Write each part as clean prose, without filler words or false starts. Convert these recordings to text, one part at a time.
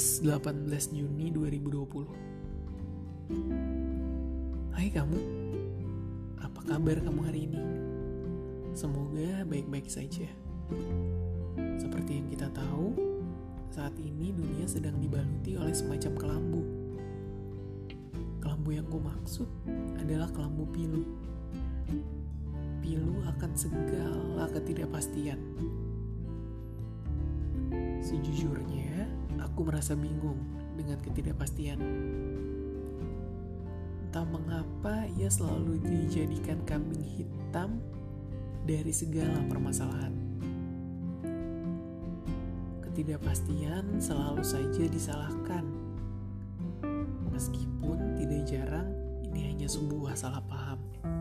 Kamis 18 Juni 2020. Hai kamu, apa kabar kamu hari ini? Semoga baik-baik saja. Seperti yang kita tahu, saat ini dunia sedang dibaluti oleh semacam kelambu. Kelambu yang ku maksud adalah kelambu pilu. Pilu akan segala ketidakpastian. Sejujurnya, aku merasa bingung dengan ketidakpastian. Entah mengapa ia selalu dijadikan kambing hitam dari segala permasalahan. Ketidakpastian selalu saja disalahkan. Meskipun tidak jarang ini hanya sebuah salah paham.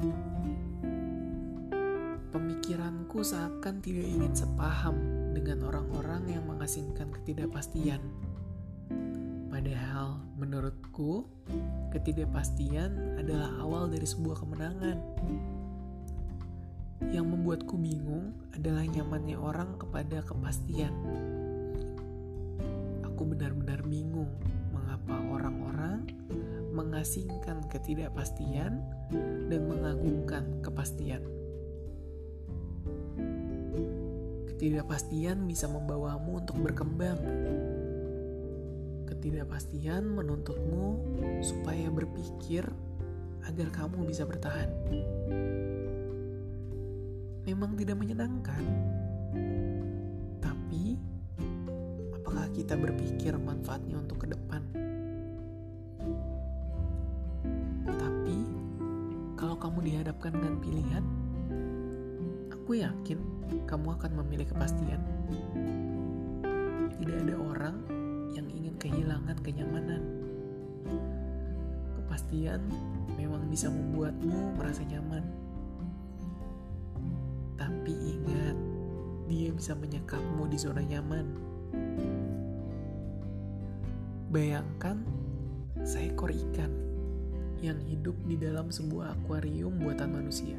Pemikiranku seakan tidak ingin sepaham dengan orang-orang yang mengasingkan ketidakpastian. Padahal menurutku, ketidakpastian adalah awal dari sebuah kemenangan. Yang membuatku bingung adalah nyamannya orang kepada kepastian. Aku benar-benar bingung mengapa orang-orang mengasingkan ketidakpastian dan mengagungkan kepastian. Ketidakpastian bisa membawamu untuk berkembang. Ketidakpastian menuntutmu supaya berpikir agar kamu bisa bertahan. Memang tidak menyenangkan, tapi apakah kita berpikir manfaatnya untuk ke depan? Tapi kalau kamu dihadapkan dengan pilihan, aku yakin kamu akan memilih kepastian. Tidak ada orang yang ingin kehilangan kenyamanan. Kepastian memang bisa membuatmu merasa nyaman. Tapi ingat, dia bisa menyekapmu di zona nyaman. Bayangkan seekor ikan yang hidup di dalam sebuah akuarium buatan manusia.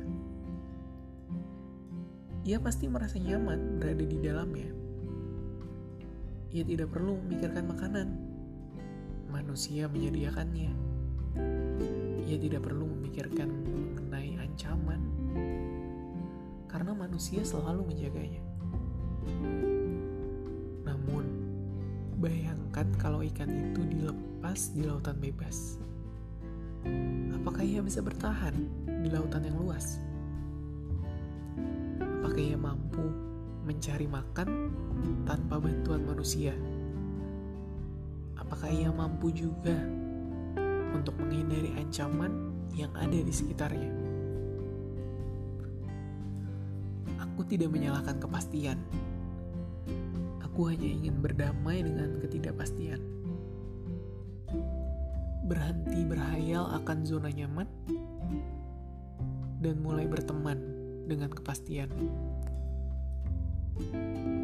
Ia pasti merasa nyaman berada di dalamnya. Ia tidak perlu memikirkan makanan. Manusia menyediakannya. Ia tidak perlu memikirkan mengenai ancaman, karena manusia selalu menjaganya. Namun, bayangkan kalau ikan itu dilepas di lautan bebas. Apakah ia bisa bertahan di lautan yang luas? Apakah ia mampu mencari makan tanpa bantuan manusia? Apakah ia mampu juga untuk menghindari ancaman yang ada di sekitarnya? Aku tidak menyalahkan kepastian. Aku hanya ingin berdamai dengan ketidakpastian. Berhenti berhayal akan zona nyaman dan mulai berteman dengan kepastian.